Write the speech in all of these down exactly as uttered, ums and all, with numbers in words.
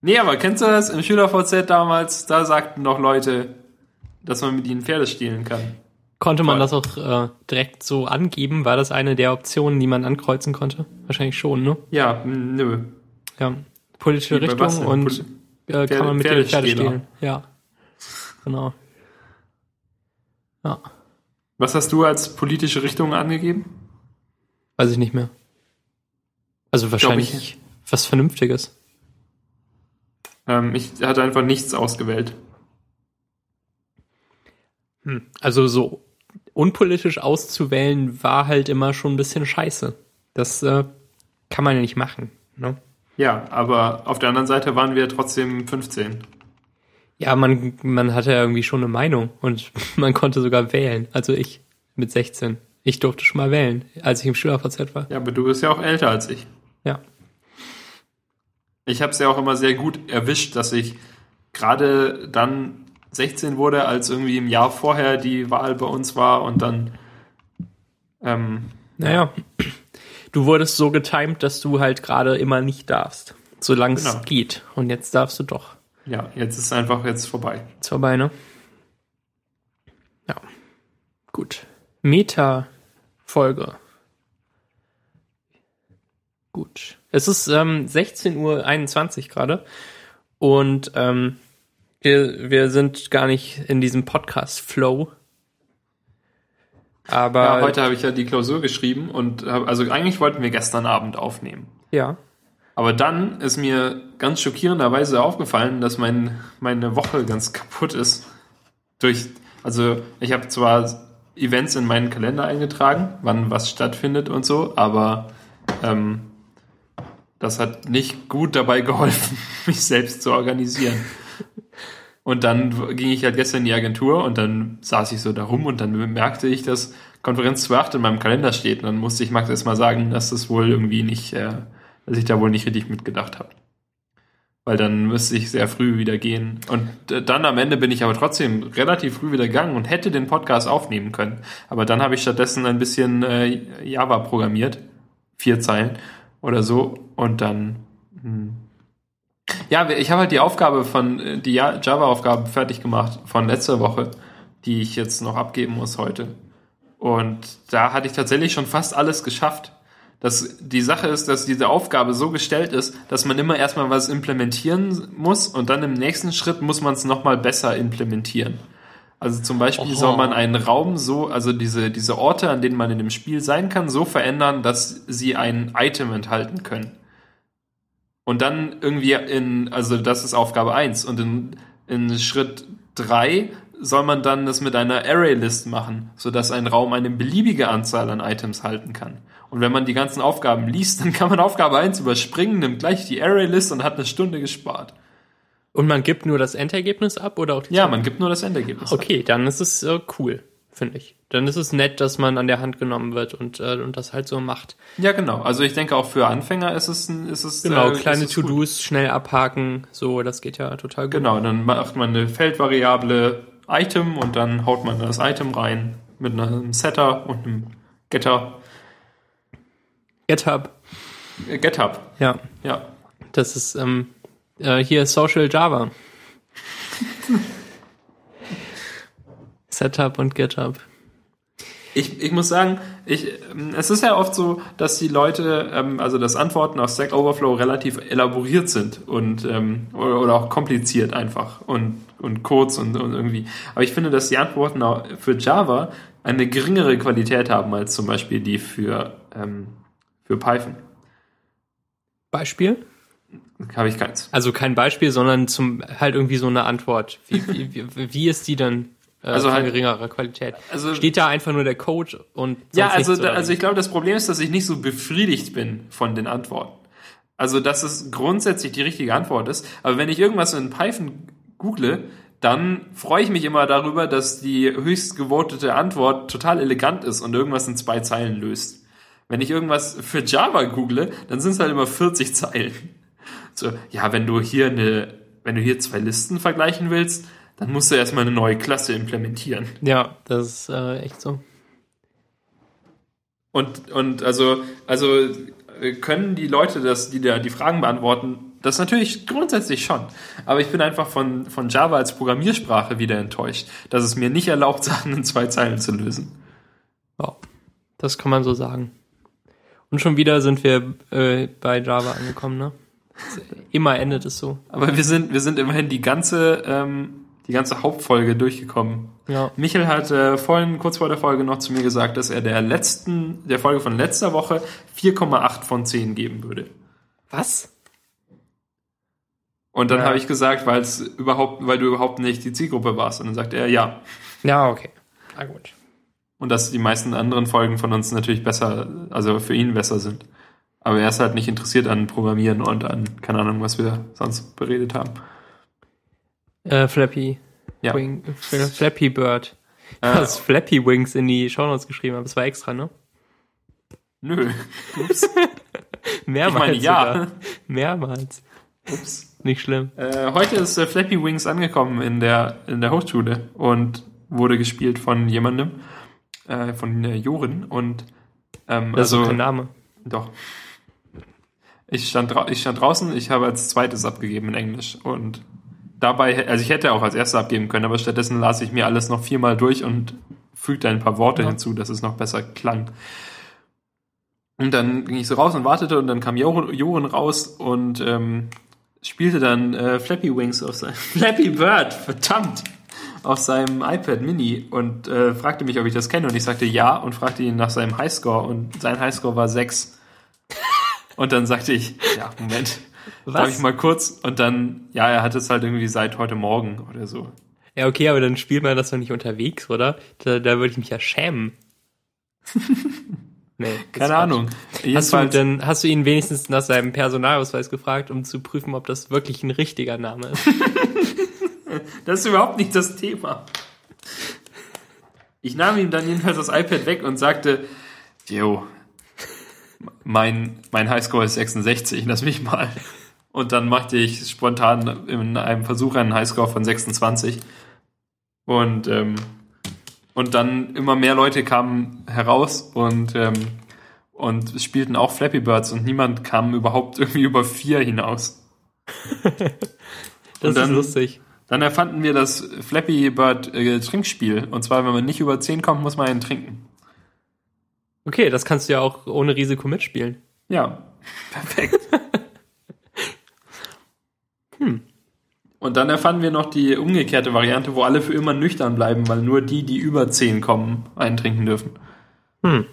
Nee, aber kennst du das? Im Schüler-V Z damals, da sagten noch Leute, dass man mit ihnen Pferde stehlen kann. Konnte man das auch äh, direkt so angeben? War das eine der Optionen, die man ankreuzen konnte? Wahrscheinlich schon, ne? Ja, nö. Ja, politische Wie bei was Richtung denn? und Poli- äh, kann Pferde- man mit dem Pferde Pferdestehler. stehlen. Ja, genau. Ja, Was hast du als politische Richtung angegeben? weiß ich nicht mehr. Also wahrscheinlich ich- was Vernünftiges. Ähm, ich hatte einfach nichts ausgewählt. Hm. Also so unpolitisch auszuwählen war halt immer schon ein bisschen scheiße. Das äh, kann man ja nicht machen, ne? Ja, aber auf der anderen Seite waren wir trotzdem fünfzehn. Ja, man, man hatte ja irgendwie schon eine Meinung und man konnte sogar wählen. Also ich mit sechzehn. Ich durfte schon mal wählen, als ich im Schüler-V Z war. Ja, aber du bist ja auch älter als ich. Ja. Ich habe es ja auch immer sehr gut erwischt, dass ich gerade dann sechzehn wurde, als irgendwie im Jahr vorher die Wahl bei uns war und dann ähm, Naja, du wurdest so getimed, dass du halt gerade immer nicht darfst, solange es Genau. geht. Und jetzt darfst du doch. ja, jetzt ist es einfach jetzt vorbei. Ist vorbei, ne? Ja. Gut. Meta-Folge. Gut. Es ist ähm, sechzehn Uhr einundzwanzig gerade und ähm, wir, wir sind gar nicht in diesem Podcast-Flow. Aber Ja, heute habe ich ja die Klausur geschrieben und hab, also eigentlich wollten wir gestern Abend aufnehmen. ja. Aber dann ist mir ganz schockierenderweise aufgefallen, dass mein, meine Woche ganz kaputt ist. Durch, also ich habe zwar Events in meinen Kalender eingetragen, wann was stattfindet und so, aber ähm, das hat nicht gut dabei geholfen, mich selbst zu organisieren. Und dann ging ich halt gestern in die Agentur und dann saß ich so da rum und dann bemerkte ich, dass Konferenz zwei Punkt acht in meinem Kalender steht. Und dann musste ich Max erstmal sagen, dass das wohl irgendwie nicht, äh, dass ich da wohl nicht richtig mitgedacht habe. Weil dann müsste ich sehr früh wieder gehen. Und äh, dann am Ende bin ich aber trotzdem relativ früh wieder gegangen und hätte den Podcast aufnehmen können. Aber dann habe ich stattdessen ein bisschen äh, Java programmiert. Vier Zeilen oder so. Und dann... Hm. Ja, ich habe halt die Aufgabe von, die Java-Aufgabe fertig gemacht von letzter Woche, die ich jetzt noch abgeben muss heute. Und da hatte ich tatsächlich schon fast alles geschafft. Das, die Sache ist, dass diese Aufgabe so gestellt ist, dass man immer erstmal was implementieren muss und dann im nächsten Schritt muss man es nochmal besser implementieren. Also zum Beispiel Oho. soll man einen Raum so, also diese, diese Orte, an denen man in dem Spiel sein kann, so verändern, dass sie ein Item enthalten können. Und dann irgendwie in, also das ist Aufgabe eins und in, in Schritt drei soll man dann das mit einer Array-List machen, sodass ein Raum eine beliebige Anzahl an Items halten kann. Und wenn man die ganzen Aufgaben liest, dann kann man Aufgabe eins überspringen, nimmt gleich die Array-List und hat eine Stunde gespart. Und man gibt nur das Endergebnis ab oder auch die Ja, Zahl? man gibt nur das Endergebnis. Okay, dann ist es äh, cool, finde ich. Dann ist es nett, dass man an der Hand genommen wird und, äh, und das halt so macht. Ja, genau. Also ich denke auch für Anfänger ist es ein, ist es Genau, äh, kleine ist es gut. To-Dos schnell abhaken, so, das geht ja total gut. Genau, dann macht man eine Feldvariable Item und dann haut man das Item rein mit einem Setter und einem Getter. GitHub, Äh, GitHub, ja, ja. das ist ähm, äh, hier Social Java. Setup und GitHub. Ich, ich muss sagen, ich, ähm, es ist ja oft so, dass die Leute, ähm, also das Antworten auf Stack Overflow relativ elaboriert sind und ähm, oder, oder auch kompliziert einfach und, und kurz und, und irgendwie. Aber ich finde, dass die Antworten auch für Java eine geringere Qualität haben als zum Beispiel die für, ähm, für Python. Beispiel? Habe ich keins. Also kein Beispiel, sondern zum halt irgendwie so eine Antwort. Wie, wie, wie, wie ist die dann äh, Also von halt- geringerer Qualität? Also Steht da einfach nur der Code und sonst ja, also, nichts, da, oder also wie? ich glaube, das Problem ist, dass ich nicht so befriedigt bin von den Antworten. Also, dass es grundsätzlich die richtige Antwort ist. Aber wenn ich irgendwas in Python google, dann freue ich mich immer darüber, dass die höchst gewotete Antwort total elegant ist und irgendwas in zwei Zeilen löst. Wenn ich irgendwas für Java google, dann sind es halt immer vierzig Zeilen. So, ja, wenn du hier eine, wenn du hier zwei Listen vergleichen willst, dann musst du erstmal eine neue Klasse implementieren. Ja, das ist äh, echt so. Und, und also, also können die Leute, das, die da die Fragen beantworten, Das natürlich grundsätzlich schon. Aber ich bin einfach von, von Java als Programmiersprache wieder enttäuscht, dass es mir nicht erlaubt, Sachen in zwei Zeilen zu lösen. Ja, das kann man so sagen. Und schon wieder sind wir äh, bei Java angekommen, ne? Immer endet es so. Aber wir sind, wir sind immerhin die ganze, ähm, die ganze Hauptfolge durchgekommen. Ja. Michael hat äh, vorhin, kurz vor der Folge noch zu mir gesagt, dass er der letzten, der Folge von letzter Woche vier Komma acht von zehn geben würde. Was? Und dann Ja. habe ich gesagt, weil es überhaupt, weil du überhaupt nicht die Zielgruppe warst. Und dann sagt er, ja. Ja, okay. Na gut. Und dass die meisten anderen Folgen von uns natürlich besser, also für ihn besser sind. Aber er ist halt nicht interessiert an Programmieren und an, keine Ahnung, was wir sonst beredet haben. Äh, Flappy. Ja. Wing, Flappy Bird. Du Äh, hast Flappy Wings in die Shownotes geschrieben, aber das war extra, ne? Nö. Ups. Mehrmals. Ich meine, ja. Sogar. Mehrmals. Ups. Nicht schlimm. Äh, heute ist äh, Flappy Wings angekommen in der, in der Hochschule und wurde gespielt von jemandem, äh, von äh, Joren. Und, ähm, Das ist also, doch kein Name. Doch. Ich stand, drau- ich stand draußen, ich habe als zweites abgegeben in Englisch und dabei, also ich hätte auch als erstes abgeben können, aber stattdessen las ich mir alles noch viermal durch und fügte ein paar Worte Ja. hinzu, dass es noch besser klang. Und dann ging ich so raus und wartete und dann kam Joren, Joren raus und ähm, spielte dann äh, Flappy Wings auf seinem Flappy Bird, verdammt, auf seinem iPad Mini und äh, fragte mich, ob ich das kenne und ich sagte ja und fragte ihn nach seinem Highscore und sein Highscore war sechs. Und dann sagte ich, ja, Moment, darf ich mal kurz? Und dann, ja, er hat es halt irgendwie seit heute Morgen oder so. Ja, okay, aber dann spielt man das doch nicht unterwegs, oder? Da, da würde ich mich ja schämen. Nee, Keine Ahnung. Hast du, Jedenfalls, denn, hast du ihn wenigstens nach seinem Personalausweis gefragt, um zu prüfen, ob das wirklich ein richtiger Name ist? das ist überhaupt nicht das Thema. Ich nahm ihm dann jedenfalls das iPad weg und sagte, jo, mein, mein Highscore ist sechsundsechzig, lass mich mal. Und dann machte ich spontan in einem Versuch einen Highscore von sechsundzwanzig. Und, ähm, und dann immer mehr Leute kamen heraus und, ähm, und spielten auch Flappy Birds und niemand kam überhaupt irgendwie über vier hinaus. Das Und dann- ist lustig. Dann erfanden wir das Flappy Bird äh, Trinkspiel. Und zwar, wenn man nicht über zehn kommt, muss man einen trinken. Okay, das kannst du ja auch ohne Risiko mitspielen. Ja, perfekt. hm. Und dann erfanden wir noch die umgekehrte Variante, wo alle für immer nüchtern bleiben, weil nur die, die über zehn kommen, einen trinken dürfen. Hm.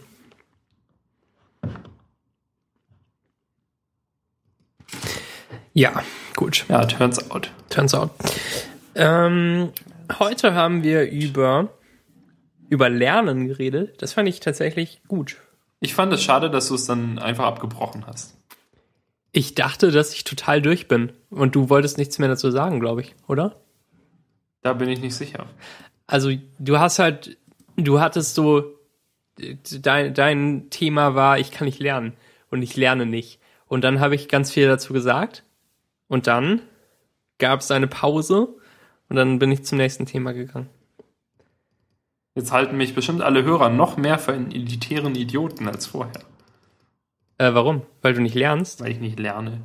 Ja, gut. Ja, turns out. Turns out. Ähm, heute haben wir über, über Lernen geredet. Das fand ich tatsächlich gut. Ich fand es schade, dass du es dann einfach abgebrochen hast. Ich dachte, dass ich total durch bin. Und du wolltest nichts mehr dazu sagen, glaube ich, oder? Da bin ich nicht sicher. Also, du hast halt, du hattest so, dein, dein Thema war, ich kann nicht lernen. Und ich lerne nicht. Und dann habe ich ganz viel dazu gesagt. Und dann gab es eine Pause. Und dann bin ich zum nächsten Thema gegangen. Jetzt halten mich bestimmt alle Hörer noch mehr für einen elitären Idioten als vorher, Äh, warum? Weil du nicht lernst? weil ich nicht lerne.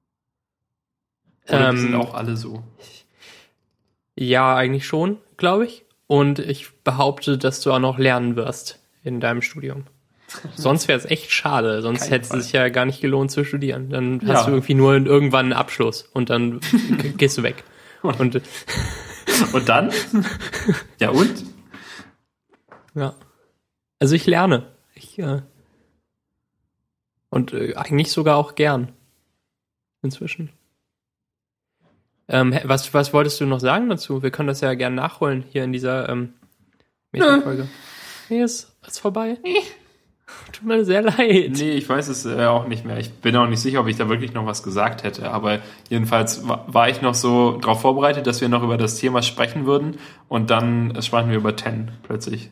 Oder die Ähm, sind auch alle so. Ja, eigentlich schon, glaube ich. Und ich behaupte, dass du auch noch lernen wirst in deinem Studium. Sonst wäre es echt schade. Sonst Kein hätte es Fall. sich ja gar nicht gelohnt zu studieren. Dann Ja. hast du irgendwie nur irgendwann einen Abschluss und dann g- gehst du weg. Und Und dann? Ja und? ja. Also ich lerne. Ich, äh, und äh, eigentlich sogar auch gern. Inzwischen. Ähm, hä- was, was wolltest du noch sagen dazu? Wir können das ja gerne nachholen hier in dieser ähm, Meta-Folge. Nee, ist, ist vorbei. Tut mir sehr leid. Nee, ich weiß es äh, auch nicht mehr. Ich bin auch nicht sicher, ob ich da wirklich noch was gesagt hätte. Aber jedenfalls wa- war ich noch so darauf vorbereitet, dass wir noch über das Thema sprechen würden. Und dann äh, sprachen wir über Ten plötzlich.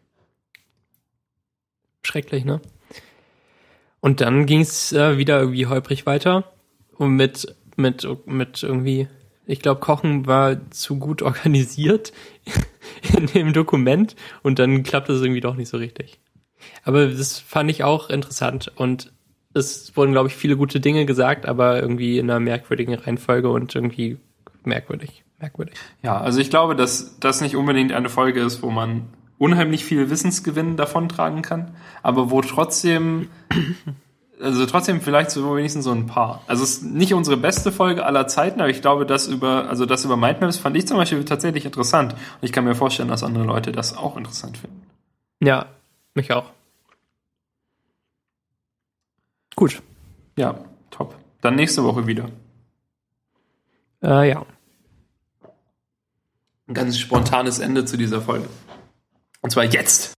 Schrecklich, ne? Und dann ging es äh, wieder irgendwie holprig weiter. Und mit, mit, mit irgendwie, ich glaube, Kochen war zu gut organisiert in dem Dokument. Und dann klappte es irgendwie doch nicht so richtig. Aber das fand ich auch interessant. Und es wurden, glaube ich, viele gute Dinge gesagt, aber irgendwie in einer merkwürdigen Reihenfolge und irgendwie merkwürdig. Merkwürdig. Ja, also ich glaube, dass das nicht unbedingt eine Folge ist, wo man unheimlich viel Wissensgewinn davontragen kann, aber wo trotzdem, also trotzdem vielleicht so wenigstens so ein paar. Also es ist nicht unsere beste Folge aller Zeiten, aber ich glaube, das über, also das über Mindmaps fand ich zum Beispiel tatsächlich interessant. Und ich kann mir vorstellen, dass andere Leute das auch interessant finden. Ja, mich auch. Gut. Ja, top. Dann nächste Woche wieder. Äh, ja. Ein ganz spontanes Ende zu dieser Folge. Und zwar jetzt.